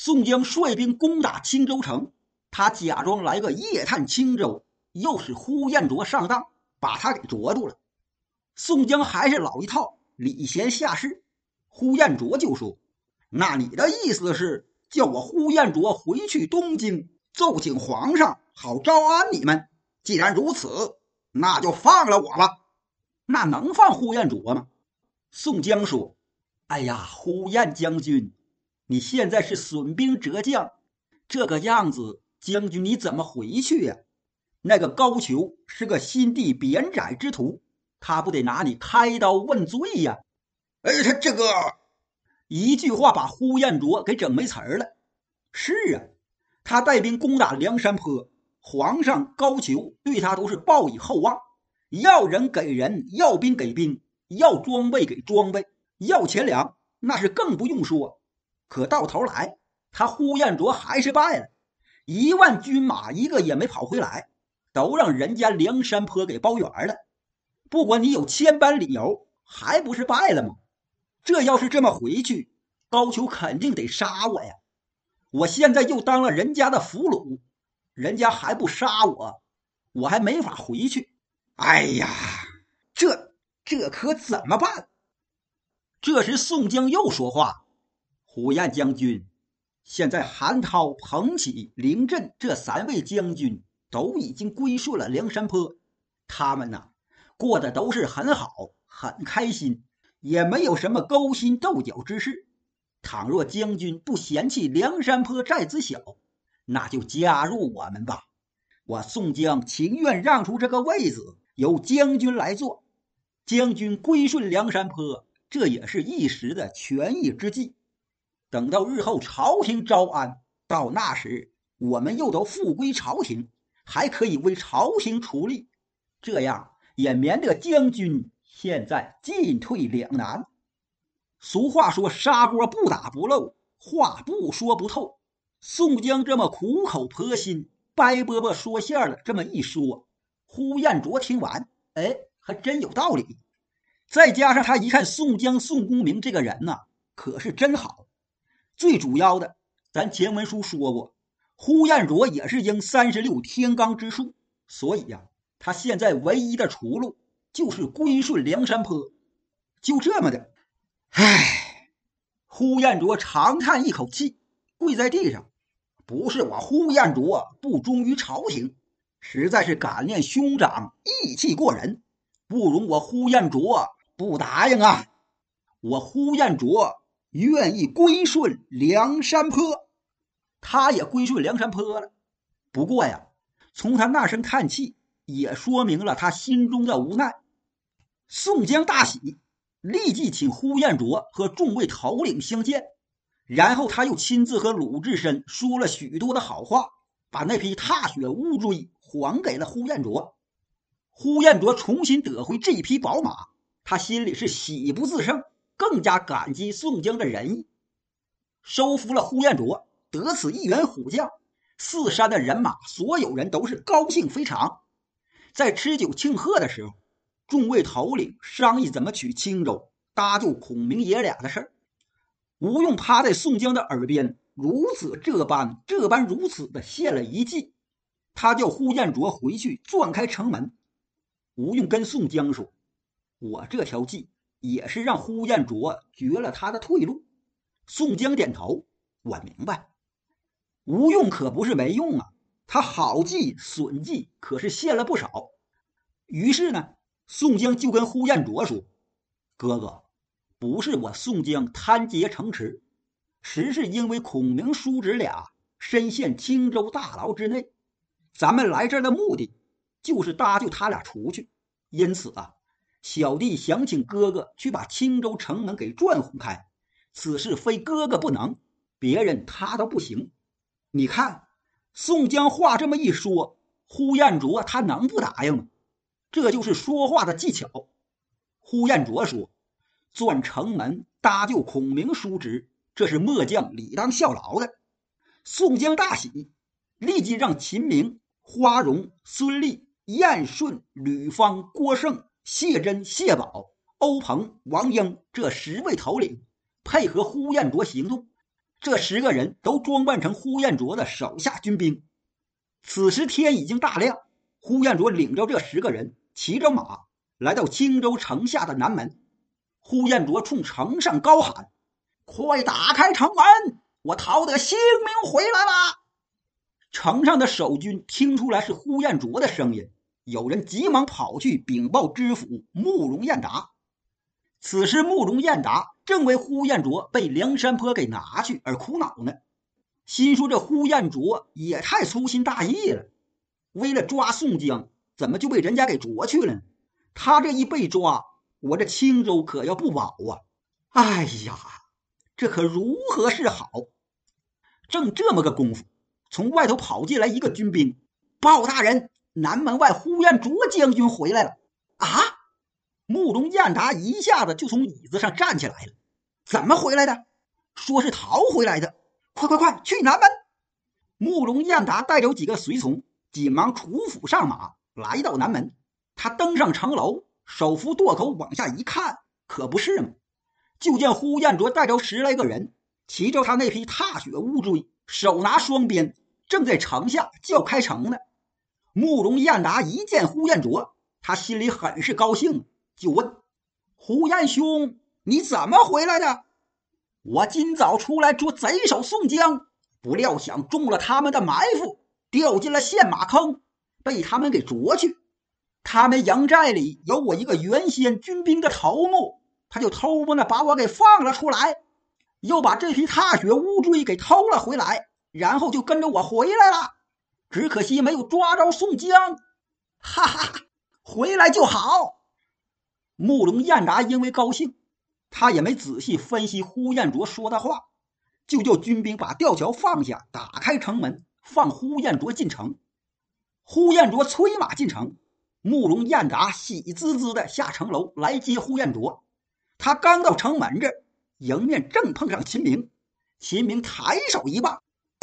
宋江率兵攻打青州城，他假装来个夜探青州，又使呼延灼上当，把他给捉住了。宋江还是老一套，礼贤下士。呼延灼就说：“那你的意思是叫我呼延灼回去东京，奏请皇上，好招安你们？既然如此，那就放了我吧。”那能放呼延灼吗？宋江说：“哎呀，呼延将军，你现在是损兵折将，这个样子，将军你怎么回去呀？那个高俅是个心地扁窄之徒，他不得拿你开刀问罪呀？”他这个一句话把呼延灼给整没词儿了。是啊，他带兵攻打梁山坡，皇上高俅对他都是报以厚望，要人给人，要兵给兵，要装备给装备，要钱粮那是更不用说。可到头来他呼延灼还是败了，1万军马一个也没跑回来，都让人家梁山坡给包圆了。不管你有千般理由，还不是败了吗？这要是这么回去，高俅肯定得杀我呀！我现在又当了人家的俘虏，人家还不杀我，我还没法回去。哎呀，这可怎么办？这时宋江又说话：“呼延将军，现在韩涛、彭起、凌震这3位将军都已经归顺了梁山坡，他们呢，过得都是很好，很开心，也没有什么勾心斗角之事。倘若将军不嫌弃梁山坡寨子小，那就加入我们吧。我宋江情愿让出这个位子，由将军来做。将军归顺梁山坡，这也是一时的权宜之计。等到日后朝廷招安，到那时我们又都复归朝廷，还可以为朝廷出力，这样也免得将军现在进退两难。”俗话说砂锅不打不漏，话不说不透。宋江这么苦口婆心掰饽饽说馅了，这么一说，呼延灼听完，还真有道理。再加上他一看宋江宋公明这个人呢，可是真好。最主要的，咱前文书说过，呼延灼也是应36天罡之术，所以呀，他现在唯一的出路就是归顺梁山坡。就这么的，呼延灼长叹一口气，跪在地上：“不是我呼延灼不忠于朝廷，实在是感念兄长义气过人，不容我呼延灼不答应啊！我呼延灼愿意归顺梁山坡。”他也归顺梁山坡了。不过呀，从他那声叹气也说明了他心中的无奈。宋江大喜，立即请呼延灼和众位头领相见，然后他又亲自和鲁智深说了许多的好话，把那匹踏雪乌骓还给了呼延灼。呼延灼重新得回这匹宝马，他心里是喜不自胜，更加感激宋江的仁义。收服了呼延灼，得此一员虎将，4山的人马所有人都是高兴非常。在吃酒庆贺的时候，众位头领商议怎么取青州，搭救孔明爷俩的事儿。吴用趴在宋江的耳边如此这般如此的献了一计，他叫呼延灼回去钻开城门。吴用跟宋江说：“我这条计也是让呼延灼绝了他的退路。”宋江点头：“我明白。”吴用可不是没用啊，他好计损计可是献了不少。于是呢，宋江就跟呼延灼说：“哥哥，不是我宋江贪劫城池，实是因为孔明叔侄俩身陷青州大牢之内，咱们来这儿的目的就是搭救他俩出去。因此啊，小弟想请哥哥去把青州城门给转轰开，此事非哥哥不能，别人他都不行。”你看宋江话这么一说，呼延灼他能不答应吗？这就是说话的技巧。呼延灼说：“钻城门搭救孔明叔侄，这是末将理当效劳的。”宋江大喜，立即让秦明、花荣、孙立、燕顺、吕方、郭盛、谢珍、谢宝、欧鹏、王英这10位头领配合呼延灼行动。 这10个人都装扮成呼延灼的手下军兵。此时天已经大亮，呼延灼领着这10个人，骑着马来到青州城下的南门。呼延灼冲城上高喊：快打开城门，我逃得性命回来了！城上的守军听出来是呼延灼的声音，有人急忙跑去禀报知府慕容彦达。此时慕容彦达正为呼延灼被梁山坡给拿去而苦恼呢，心说这呼延灼也太粗心大意了，为了抓宋江，怎么就被人家给捉去了呢？他这一被抓，我这青州可要不保啊！哎呀，这可如何是好？正这么个功夫，从外头跑进来一个军兵，报大人，南门外呼延灼将军回来了。啊！慕容彦达一下子就从椅子上站起来了。怎么回来的？说是逃回来的。快去南门！慕容彦达带着几个随从紧忙出府上马，来到南门。他登上城楼，手扶垛口往下一看，可不是吗？就见呼延灼带着10来个人，骑着他那匹踏雪乌骓，手拿双鞭，正在城下叫开城呢。慕容彦达一见呼延灼，他心里很是高兴，就问：呼延兄，你怎么回来的？我今早出来捉贼首宋江，不料想中了他们的埋伏，掉进了陷马坑，被他们给捉去。他们营寨里有我一个原先军兵的头目，他就偷摸的把我给放了出来，又把这匹踏雪乌骓给偷了回来，然后就跟着我回来了。只可惜没有抓着宋江，哈哈，回来就好。慕容彦达因为高兴，他也没仔细分析呼延灼说的话，就叫军兵把吊桥放下，打开城门，放呼延灼进城。呼延灼催马进城，慕容彦达喜滋滋的下城楼来接呼延灼。他刚到城门这，迎面正碰上秦明。秦明抬手一棒，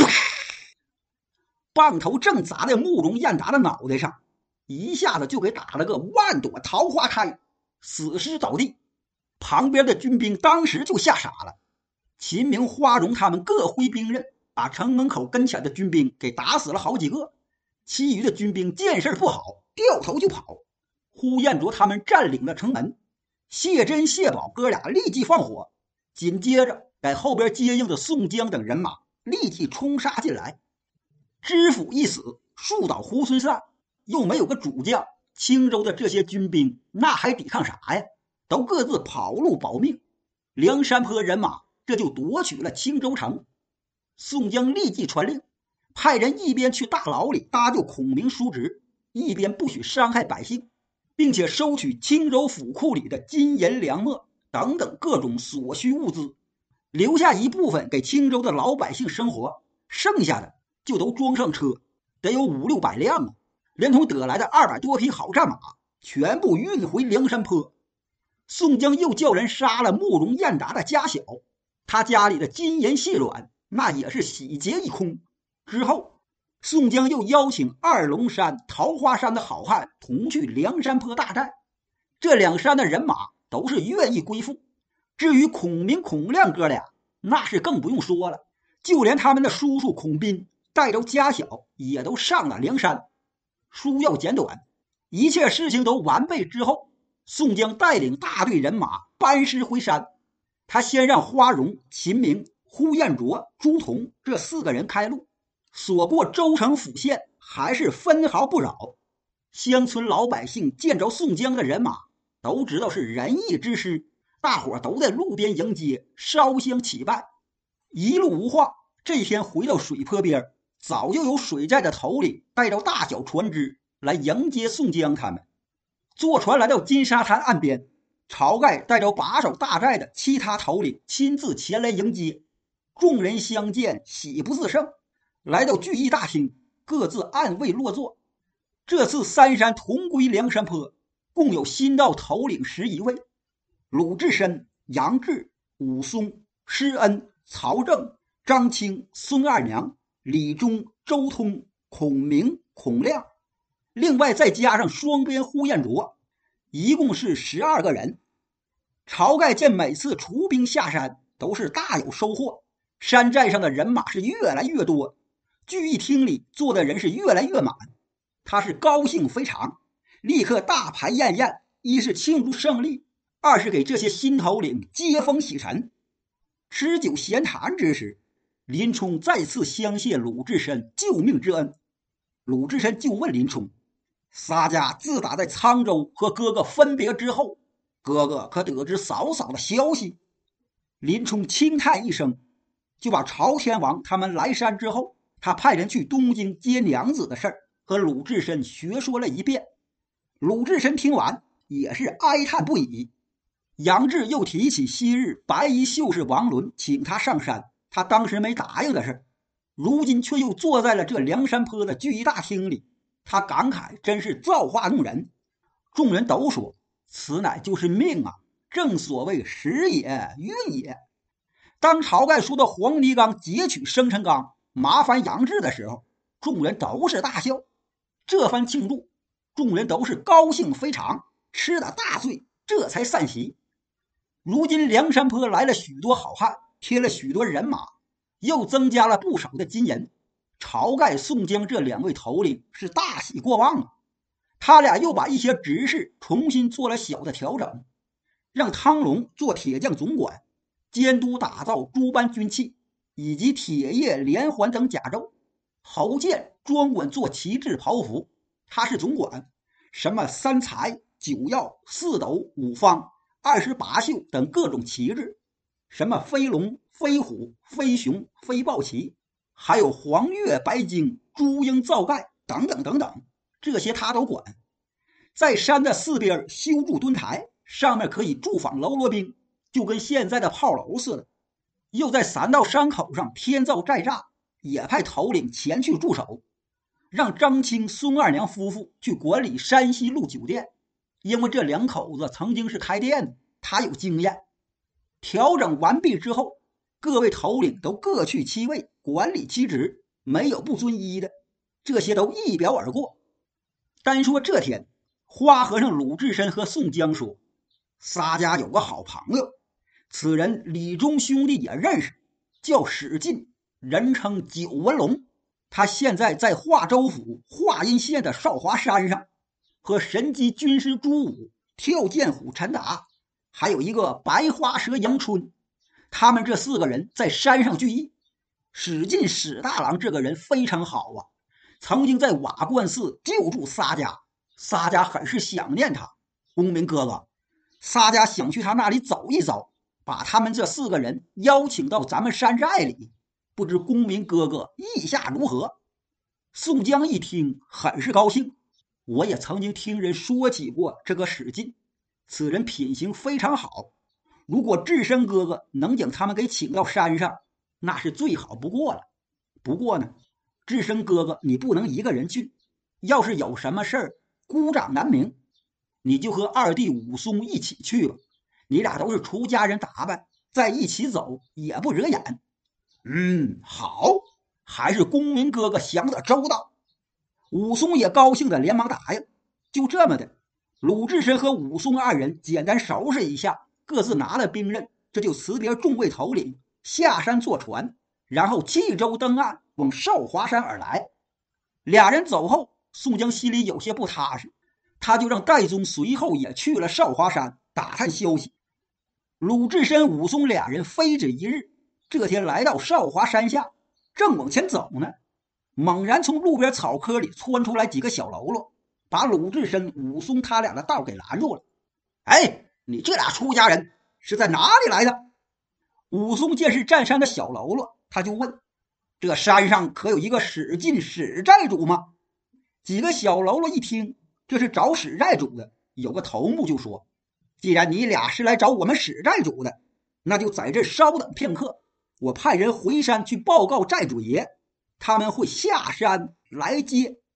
棒头正砸在慕容彦达的脑袋上，一下子就给打了个万朵桃花开，死尸倒地。旁边的军兵当时就吓傻了。秦明、花荣他们各挥兵刃，把城门口跟前的军兵给打死了好几个，其余的军兵见事不好，掉头就跑。呼延灼他们占领了城门，谢珍、谢宝哥俩立即放火，紧接着在后边接应的宋江等人马立即冲杀进来。知府一死，树倒猢狲散，又没有个主将，青州的这些军兵那还抵抗啥呀？都各自跑路保命。梁山坡人马这就夺取了青州城。宋江立即传令，派人一边去大牢里搭救孔明叔侄，一边不许伤害百姓，并且收取青州府库里的金银粮秣等等各种所需物资，留下一部分给青州的老百姓生活，剩下的就都装上车，得有500、600辆啊，连同得来的200多匹好战马，全部运回梁山坡。宋江又叫人杀了慕容彦达的家小，他家里的金银细软那也是洗劫一空。之后宋江又邀请二龙山、桃花山的好汉同去梁山坡大战，这2山的人马都是愿意归附。至于孔明、孔亮哥俩，那是更不用说了，就连他们的叔叔孔斌带着家小也都上了梁山。书要简短，一切事情都完备之后，宋江带领大队人马班师回山。他先让花荣、秦明、呼延灼、朱仝这4个人开路，所过州城府县还是分毫不扰。乡村老百姓见着宋江的人马，都知道是仁义之师，大伙都在路边迎接，烧香祈拜。一路无话，这天回到水坡边，早就有水寨的头领带着大小船只来迎接宋江他们。坐船来到金沙滩岸边，晁盖带着把守大寨的其他头领亲自前来迎接。众人相见，喜不自胜，来到聚义大厅，各自按位落座。这次3山同归梁山坡，共有新到头领11位：鲁智深、杨志、武松、施恩、曹正、张清、孙二娘、李忠、周通、孔明、孔亮，另外再加上双边呼延灼，一共是12个人。晁盖见每次出兵下山都是大有收获， 山寨上的人马是越来越多，聚义厅里坐的人是越来越满。他是高兴非常，立刻大排宴宴，一是庆祝胜利，二是给这些新头领接风洗尘。吃酒闲谈之时，林冲再次相谢鲁智深救命之恩。鲁智深就问林冲：洒家自打在沧州和哥哥分别之后，哥哥可得知嫂嫂的消息？林冲轻叹一声，就把朝天王他们来山之后，他派人去东京接娘子的事儿和鲁智深学说了一遍。鲁智深听完也是哀叹不已。杨志又提起昔日白衣秀士王伦请他上山，他当时没答应的事，如今却又坐在了这梁山坡的聚义大厅里，他感慨真是造化弄人。众人都说此乃就是命啊，正所谓时也运也。当晁盖说到黄泥冈劫取生辰纲麻烦杨志的时候，众人都是大笑。这番庆祝，众人都是高兴非常，吃了大醉，这才散席。如今梁山坡来了许多好汉，添了许多人马，又增加了不少的金银。晁盖、宋江这两位头领是大喜过望啊！他俩又把一些职事重新做了小的调整，让汤龙做铁匠总管，监督打造诸般军器以及铁叶、连环等甲胄。侯健专管做旗帜袍服，他是总管，什么三才、九曜、四斗、五方、28宿等各种旗帜，什么飞龙、飞虎、飞熊、飞豹旗，还有黄月、白鲸、朱缨皂盖等等等等，这些他都管。在山的四边修筑墩台，上面可以驻防喽啰兵，就跟现在的炮楼似的。又在3道山口上添造寨栅，也派头领前去驻守，让张青、孙二娘夫妇去管理山西路酒店，因为这两口子曾经是开店的，他有经验。调整完毕之后，各位头领都各去其位，管理其职，没有不遵依的，这些都一表而过。单说这天，花和尚鲁智深和宋江说，洒家有个好朋友，此人李忠兄弟也认识，叫史进，人称九纹龙。他现在在华州府华阴县的少华山上，和神机军师朱武、跳涧虎陈达，还有一个白花蛇杨春，他们这4个人在山上聚义。史进史大郎这个人非常好啊，曾经在瓦罐寺救助洒家，洒家很是想念他。公明哥哥，洒家想去他那里走一走，把他们这4个人邀请到咱们山寨里，不知公明哥哥意下如何？宋江一听很是高兴，我也曾经听人说起过这个史进，此人品行非常好，如果智深哥哥能将他们给请到山上，那是最好不过了。不过呢，智深哥哥你不能一个人去，要是有什么事儿孤掌难鸣，你就和二弟武松一起去吧，你俩都是出家人打扮，在一起走也不惹眼。好，还是公明哥哥想得周到。武松也高兴的连忙答应。就这么的，鲁智深和武松2人简单收拾一下，各自拿了兵刃，这就辞别众位头领，下山坐船，然后弃舟登岸，往少华山而来。俩人走后，宋江心里有些不踏实，他就让戴宗随后也去了少华山打探消息。鲁智深、武松俩人非止一日，这天来到少华山下，正往前走呢，猛然从路边草棵里窜出来几个小喽啰，把鲁智深、武松他俩的道给拦住了。哎，你这俩出家人是在哪里来的？武松见是占山的小喽啰，他就问，这山上可有一个史进史寨主吗？几个小喽啰一听这是找史寨主的，有个头目就说，既然你俩是来找我们史寨主的，那就在这稍等片刻，我派人回山去报告寨主爷，他们会下山来接。